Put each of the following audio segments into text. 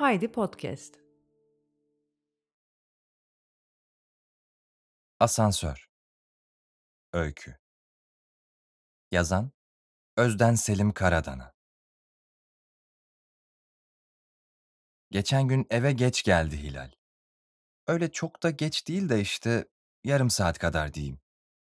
Haydi Podcast. Asansör. Öykü. Yazan Özden Selim Karadana. Geçen gün eve geç geldi Hilal. Öyle çok da geç değil de işte yarım saat kadar diyeyim.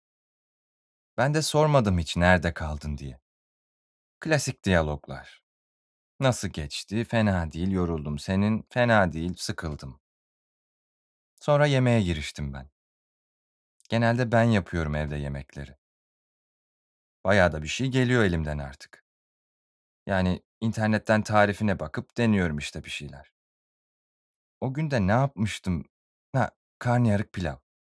Ben de sormadım hiç nerede kaldın diye. Klasik diyaloglar. Nasıl geçti? Fena değil, yoruldum. Senin fena değil, sıkıldım. Sonra yemeğe giriştim ben. Genelde ben yapıyorum evde yemekleri. Bayağı da bir şey geliyor elimden artık. Yani internetten tarifine bakıp deniyorum işte bir şeyler. O gün de ne yapmıştım? Ha, karnıyarık pilav.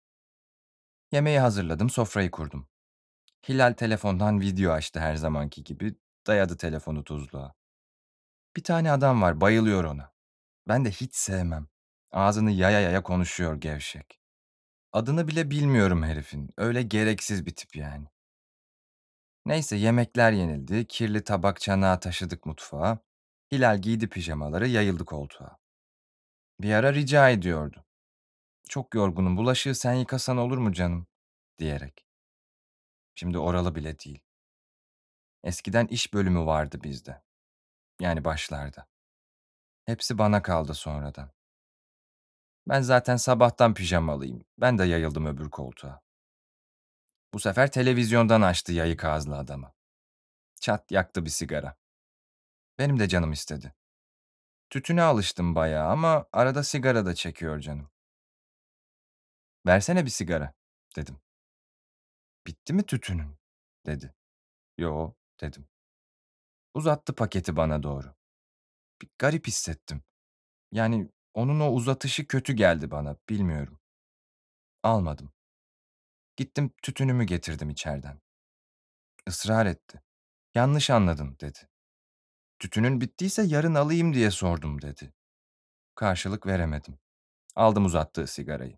Yemeği hazırladım, sofrayı kurdum. Hilal telefondan video açtı her zamanki gibi, dayadı telefonu tuzluğa. Bir tane adam var, bayılıyor ona. Ben de hiç sevmem. Ağzını yaya yaya konuşuyor gevşek. Adını bile bilmiyorum herifin. Öyle gereksiz bir tip yani. Neyse yemekler yenildi, kirli tabak çanağı taşıdık mutfağa. Hilal giydi pijamaları, yayıldı koltuğa. Bir ara rica ediyordu. Çok yorgunum, bulaşığı sen yıkasan olur mu canım? Diyerek. Şimdi oralı bile değil. Eskiden iş bölümü vardı bizde. Yani başlarda. Hepsi bana kaldı sonradan. Ben zaten sabahtan pijamalıyım. Ben de yayıldım öbür koltuğa. Bu sefer televizyondan açtı yayık ağızlı adamı. Çat yaktı bir sigara. Benim de canım istedi. Tütüne alıştım bayağı ama arada sigara da çekiyor canım. Versene bir sigara, dedim. Bitti mi tütünün, dedi. Yo, dedim. Uzattı paketi bana doğru. Bir garip hissettim. Yani onun o uzatışı kötü geldi bana, bilmiyorum. Almadım. Gittim tütünümü getirdim içeriden. Israr etti. Yanlış anladın dedi. Tütünün bittiyse yarın alayım diye sordum dedi. Karşılık veremedim. Aldım uzattığı sigarayı.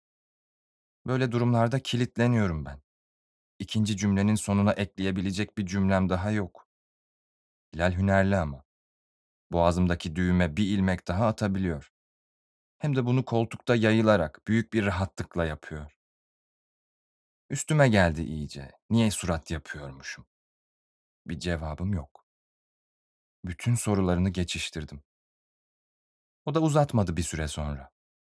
Böyle durumlarda kilitleniyorum ben. İkinci cümlenin sonuna ekleyebilecek bir cümlem daha yok. Hilal hünerli ama. Boğazımdaki düğüme bir ilmek daha atabiliyor. Hem de bunu koltukta yayılarak büyük bir rahatlıkla yapıyor. Üstüme geldi iyice. Niye surat yapıyormuşum? Bir cevabım yok. Bütün sorularını geçiştirdim. O da uzatmadı bir süre sonra.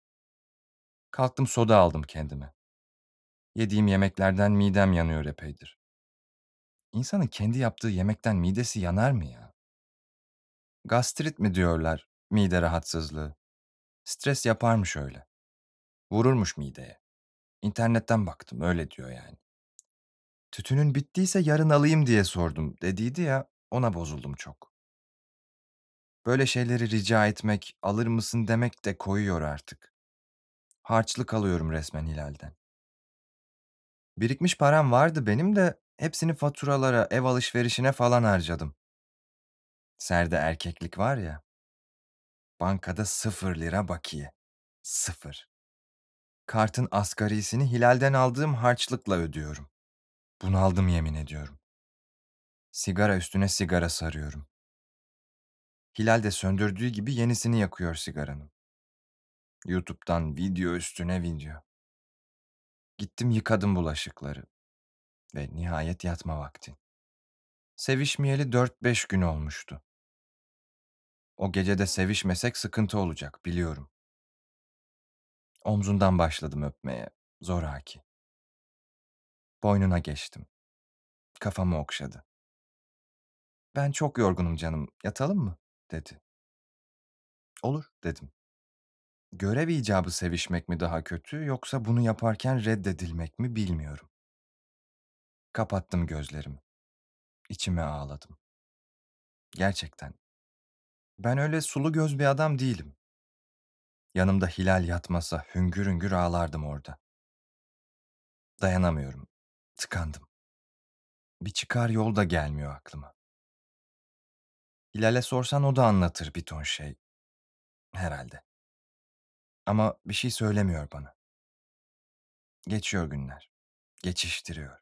Kalktım soda aldım kendime. Yediğim yemeklerden midem yanıyor epeydir. İnsanın kendi yaptığı yemekten midesi yanar mı ya? Gastrit mi diyorlar, mide rahatsızlığı. Stres yaparmış öyle. Vururmuş mideye. İnternetten baktım öyle diyor yani. Tütünün bittiyse yarın alayım diye sordum dediydi ya, ona bozuldum çok. Böyle şeyleri rica etmek, alır mısın demek de koyuyor artık. Harçlık alıyorum resmen Hilal'den. Birikmiş param vardı benim de hepsini faturalara, ev alışverişine falan harcadım. Serde erkeklik var ya, bankada 0 lira bakiye. 0. Kartın asgarisini Hilal'den aldığım harçlıkla ödüyorum. Bunaldım yemin ediyorum. Sigara üstüne sigara sarıyorum. Hilal de söndürdüğü gibi yenisini yakıyor sigaranın. YouTube'dan video üstüne video. Gittim yıkadım bulaşıkları ve nihayet yatma vakti. Sevişmeyeli 4-5 gün olmuştu. O gece de sevişmesek sıkıntı olacak biliyorum. Omzundan başladım öpmeye, zoraki. Boynuna geçtim. Kafamı okşadı. "Ben çok yorgunum canım, yatalım mı?" dedi. "Olur." dedim. Görev icabı sevişmek mi daha kötü yoksa bunu yaparken reddedilmek mi bilmiyorum. Kapattım gözlerimi. İçime ağladım. Gerçekten. Ben öyle sulu göz bir adam değilim. Yanımda Hilal yatmasa hüngür hüngür ağlardım orada. Dayanamıyorum. Tıkandım. Bir çıkar yol da gelmiyor aklıma. Hilal'e sorsan o da anlatır bir ton şey. Herhalde. Ama bir şey söylemiyor bana. Geçiyor günler. Geçiştiriyor.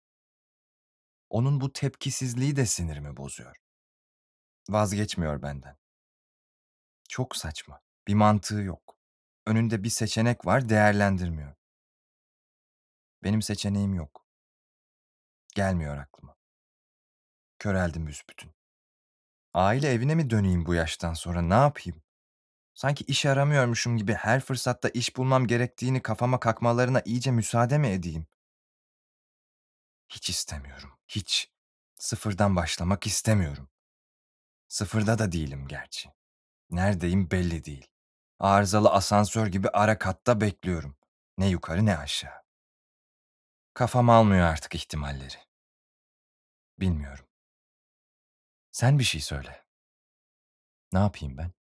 Onun bu tepkisizliği de sinirimi bozuyor. Vazgeçmiyor benden. Çok saçma. Bir mantığı yok. Önünde bir seçenek var, değerlendirmiyor. Benim seçeneğim yok. Gelmiyor aklıma. Köreldim büsbütün. Aile evine mi döneyim bu yaştan sonra, ne yapayım? Sanki iş aramıyormuşum gibi her fırsatta iş bulmam gerektiğini kafama kakmalarına iyice müsaade mi edeyim? Hiç istemiyorum, hiç. Sıfırdan başlamak istemiyorum. Sıfırda da değilim gerçi. Neredeyim belli değil. Arızalı asansör gibi ara katta bekliyorum. Ne yukarı ne aşağı. Kafam almıyor artık ihtimalleri. Bilmiyorum. Sen bir şey söyle. Ne yapayım ben?